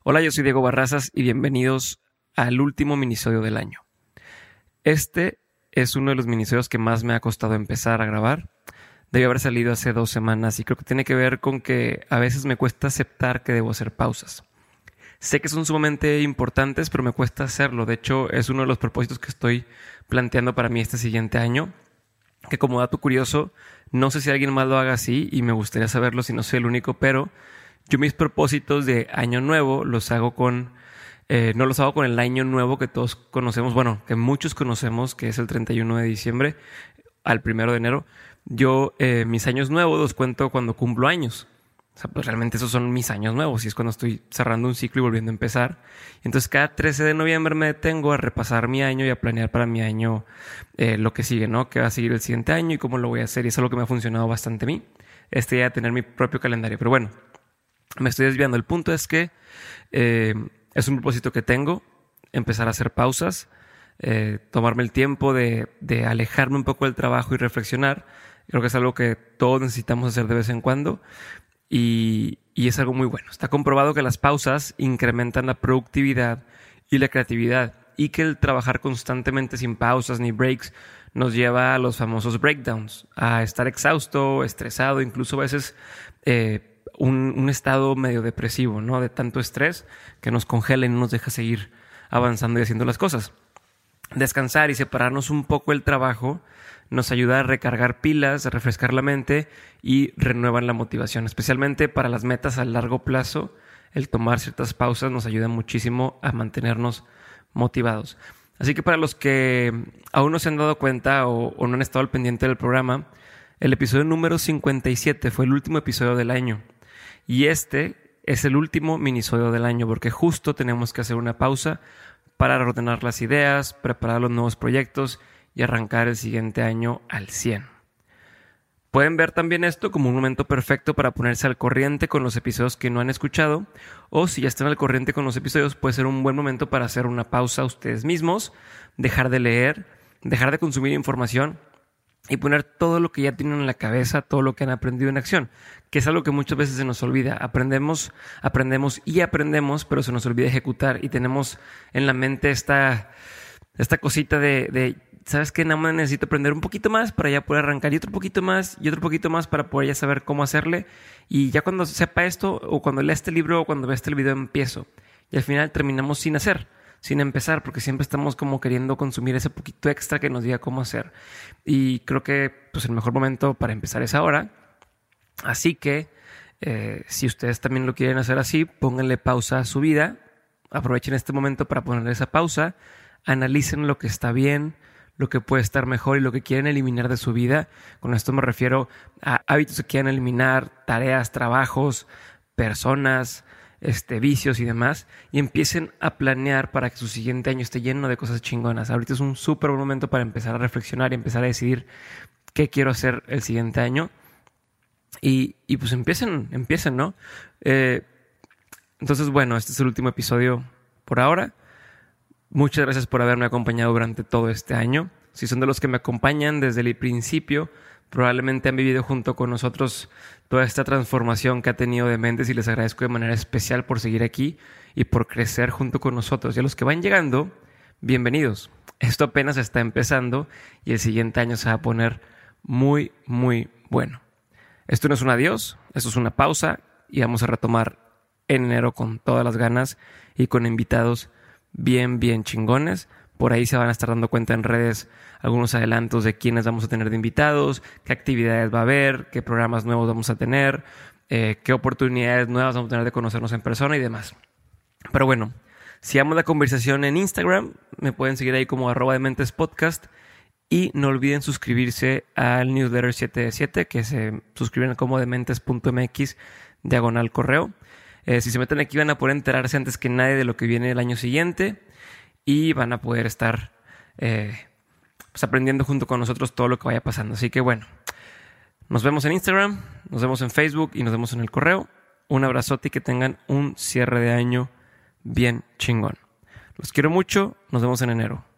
Hola, yo soy Diego Barrazas y bienvenidos al último minisodio del año. Este es uno de los minisodios que más me ha costado empezar a grabar. Debió haber salido hace 2 semanas y creo que tiene que ver con que a veces me cuesta aceptar que debo hacer pausas. Sé que son sumamente importantes, pero me cuesta hacerlo. De hecho, es uno de los propósitos que estoy planteando para mí este siguiente año. Que como dato curioso, no sé si alguien más lo haga así y me gustaría saberlo si no soy el único, pero yo mis propósitos de año nuevo los hago no los hago con el año nuevo que todos conocemos, bueno, que muchos conocemos, que es el 31 de diciembre al 1 de enero. Yo mis años nuevos los cuento cuando cumplo años. O sea, pues realmente esos son mis años nuevos y es cuando estoy cerrando un ciclo y volviendo a empezar. Entonces cada 13 de noviembre me detengo a repasar mi año y a planear para mi año lo que sigue, ¿no? ¿Qué va a seguir el siguiente año y cómo lo voy a hacer? Y eso es algo que me ha funcionado bastante a mí. Ya tener mi propio calendario. Pero bueno, me estoy desviando. El punto es que es un propósito que tengo, empezar a hacer pausas, tomarme el tiempo de alejarme un poco del trabajo y reflexionar. Creo que es algo que todos necesitamos hacer de vez en cuando. Y es algo muy bueno. Está comprobado que las pausas incrementan la productividad y la creatividad y que el trabajar constantemente sin pausas ni breaks nos lleva a los famosos breakdowns, a estar exhausto, estresado, incluso a veces un estado medio depresivo, ¿no? De tanto estrés que nos congela y no nos deja seguir avanzando y haciendo las cosas. Descansar y separarnos un poco del trabajo nos ayuda a recargar pilas, a refrescar la mente y renuevan la motivación. Especialmente para las metas a largo plazo, el tomar ciertas pausas nos ayuda muchísimo a mantenernos motivados. Así que para los que aún no se han dado cuenta o no han estado al pendiente del programa, el episodio número 57 fue el último episodio del año. Y este es el último minisodio del año porque justo tenemos que hacer una pausa para ordenar las ideas, preparar los nuevos proyectos y arrancar el siguiente año al 100. Pueden ver también esto como un momento perfecto para ponerse al corriente con los episodios que no han escuchado, o si ya están al corriente con los episodios, puede ser un buen momento para hacer una pausa a ustedes mismos, dejar de leer, dejar de consumir información y poner todo lo que ya tienen en la cabeza, todo lo que han aprendido en acción, que es algo que muchas veces se nos olvida. Aprendemos, pero se nos olvida ejecutar y tenemos en la mente esta cosita de ¿sabes qué? Nada más necesito aprender un poquito más para ya poder arrancar y otro poquito más para poder ya saber cómo hacerle. Y ya cuando sepa esto o cuando lea este libro o cuando vea este video empiezo. Y al final terminamos sin empezar, porque siempre estamos como queriendo consumir ese poquito extra que nos diga cómo hacer. Y creo que pues el mejor momento para empezar es ahora. Así que si ustedes también lo quieren hacer así, pónganle pausa a su vida. Aprovechen este momento para ponerle esa pausa. Analicen lo que está bien, lo que puede estar mejor y lo que quieren eliminar de su vida. Con esto me refiero a hábitos que quieran eliminar, tareas, trabajos, personas, vicios y demás, y empiecen a planear para que su siguiente año esté lleno de cosas chingonas. Ahorita es un súper buen momento para empezar a reflexionar y empezar a decidir qué quiero hacer el siguiente año. Y pues empiecen, ¿no? Entonces, bueno, este es el último episodio por ahora. Muchas gracias por haberme acompañado durante todo este año. Si son de los que me acompañan desde el principio, probablemente han vivido junto con nosotros toda esta transformación que ha tenido de mentes y les agradezco de manera especial por seguir aquí y por crecer junto con nosotros. Y a los que van llegando, bienvenidos. Esto apenas está empezando y el siguiente año se va a poner muy, muy bueno. Esto no es un adiós, esto es una pausa y vamos a retomar en enero con todas las ganas y con invitados bien chingones. Por ahí se van a estar dando cuenta en redes algunos adelantos de quiénes vamos a tener de invitados, qué actividades va a haber, qué programas nuevos vamos a tener, qué oportunidades nuevas vamos a tener de conocernos en persona y demás. Pero bueno, sigamos la conversación en Instagram. Me pueden seguir ahí como @dementespodcast y no olviden suscribirse al newsletter 7 de 7, que se suscriben como dementes.mx/correo. Si se meten aquí van a poder enterarse antes que nadie de lo que viene el año siguiente y van a poder estar pues aprendiendo junto con nosotros todo lo que vaya pasando. Así que bueno, nos vemos en Instagram, nos vemos en Facebook y nos vemos en el correo. Un abrazote y que tengan un cierre de año bien chingón. Los quiero mucho, nos vemos en enero.